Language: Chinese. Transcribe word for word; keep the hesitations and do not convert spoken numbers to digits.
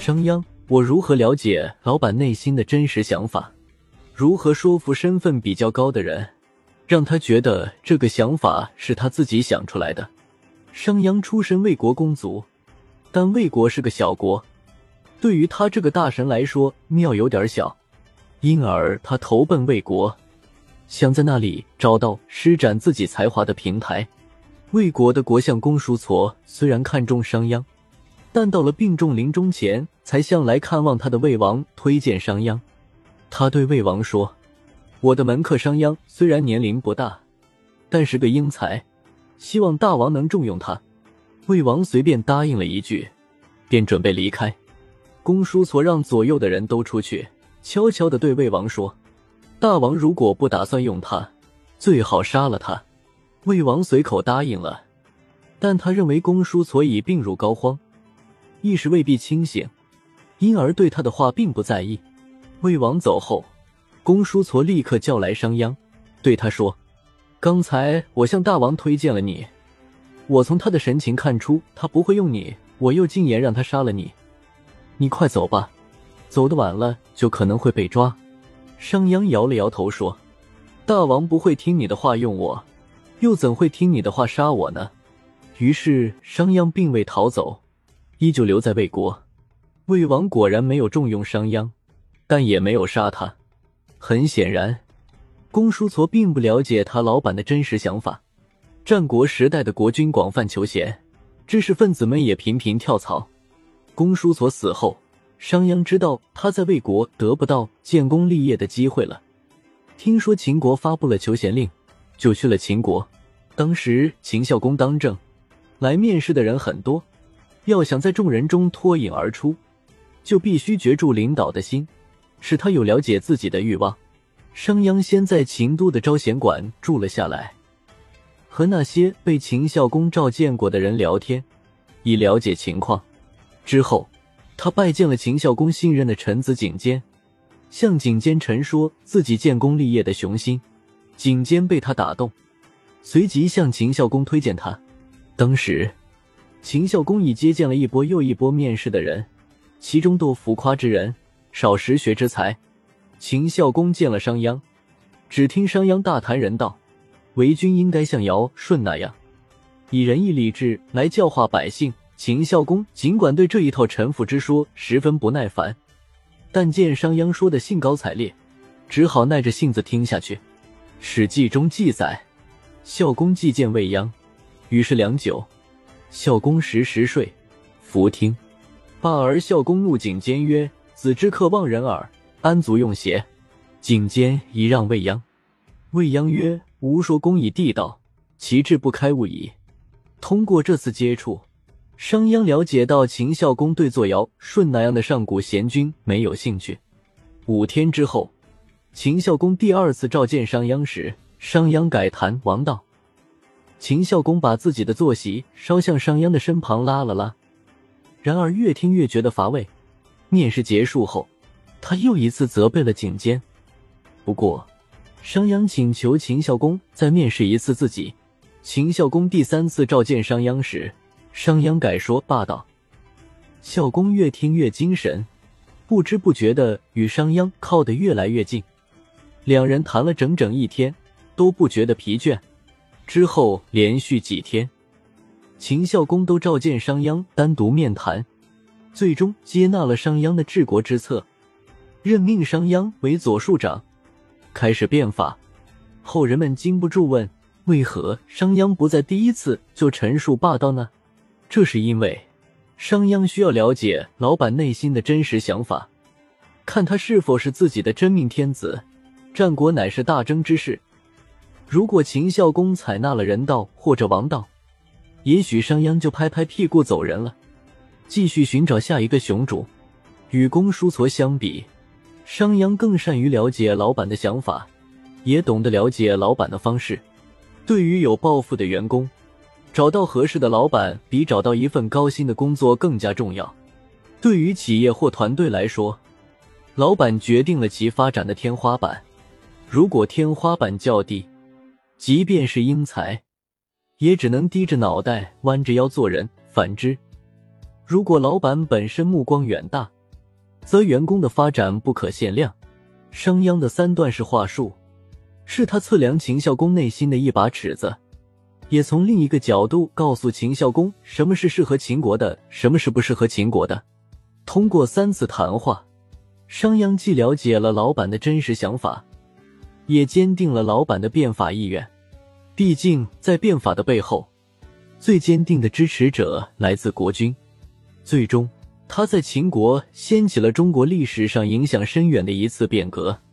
商鞅，我如何了解老板内心的真实想法？如何说服身份比较高的人，让他觉得这个想法是他自己想出来的？商鞅出身魏国公族，但魏国是个小国，对于他这个大神来说，庙有点小，因而他投奔魏国，想在那里找到施展自己才华的平台。魏国的国相公叔痤虽然看中商鞅，但到了病重临终前才向来看望他的魏王推荐商鞅。他对魏王说，我的门客商鞅虽然年龄不大，但是个英才，希望大王能重用他。魏王随便答应了一句，便准备离开。公叔痤让左右的人都出去，悄悄地对魏王说，大王如果不打算用他，最好杀了他。魏王随口答应了，但他认为公叔痤已病入膏肓，意识未必清醒，因而对他的话并不在意。魏王走后，公叔痤立刻叫来商鞅，对他说，刚才我向大王推荐了你，我从他的神情看出他不会用你，我又进言让他杀了你，你快走吧，走得晚了就可能会被抓。商鞅摇了摇头说，大王不会听你的话用我，又怎会听你的话杀我呢？于是商鞅并未逃走，依旧留在魏国。魏王果然没有重用商鞅，但也没有杀他。很显然，公叔痤并不了解他老板的真实想法。战国时代的国君广泛求贤，知识分子们也频频跳槽。公叔痤死后，商鞅知道他在魏国得不到建功立业的机会了。听说秦国发布了求贤令，就去了秦国。当时秦孝公当政，来面试的人很多，要想在众人中脱颖而出，就必须攫住领导的心，使他有了解自己的欲望。商鞅先在秦都的招贤馆住了下来，和那些被秦孝公召见过的人聊天，以了解情况。之后他拜见了秦孝公信任的臣子景监，向景监陈说自己建功立业的雄心。景监被他打动，随即向秦孝公推荐他。当时秦孝公已接见了一波又一波面试的人，其中多浮夸之人，少实学之才。秦孝公见了商鞅，只听商鞅大谈人道，为君应该像尧舜那样，以仁义礼智来教化百姓。秦孝公尽管对这一套臣服之说十分不耐烦，但见商鞅说的兴高采烈，只好耐着性子听下去。史记中记载，孝公既见未央，于是良久。孝公时时睡，弗听。罢而孝公怒景监曰，子之客忘人耳，安足用邪？景监宜让未央。未央曰，吾说公以地道，其志不开悟矣。通过这次接触，商鞅了解到秦孝公对做尧舜那样的上古贤君没有兴趣。五天之后，秦孝公第二次召见商鞅时，商鞅改谈王道。秦孝公把自己的坐席稍向商鞅的身旁拉了拉，然而越听越觉得乏味。面试结束后，他又一次责备了景监。不过商鞅请求秦孝公再面试一次自己。秦孝公第三次召见商鞅时，商鞅改说霸道。孝公越听越精神，不知不觉地与商鞅靠得越来越近。两人谈了整整一天，都不觉得疲倦。之后连续几天，秦孝公都召见商鞅单独面谈，最终接纳了商鞅的治国之策，任命商鞅为左庶长，开始变法。后人们禁不住问，为何商鞅不在第一次就陈述霸道呢？这是因为商鞅需要了解老板内心的真实想法，看他是否是自己的真命天子。战国乃是大争之势，如果秦孝公采纳了人道或者王道，也许商鞅就拍拍屁股走人了，继续寻找下一个雄主。与公叔痤相比，商鞅更善于了解老板的想法，也懂得了解老板的方式。对于有抱负的员工，找到合适的老板比找到一份高薪的工作更加重要。对于企业或团队来说，老板决定了其发展的天花板。如果天花板较低，即便是英才，也只能低着脑袋弯着腰做人。反之， 如果老板本身目光远大，则员工的发展不可限量。商鞅的三段式话术是他测量秦孝公内心的一把尺子，也从另一个角度告诉秦孝公什么是适合秦国的，什么是不适合秦国的。通过三次谈话，商鞅既了解了老板的真实想法，也坚定了老板的变法意愿。毕竟在变法的背后，最坚定的支持者来自国君。最终他在秦国掀起了中国历史上影响深远的一次变革。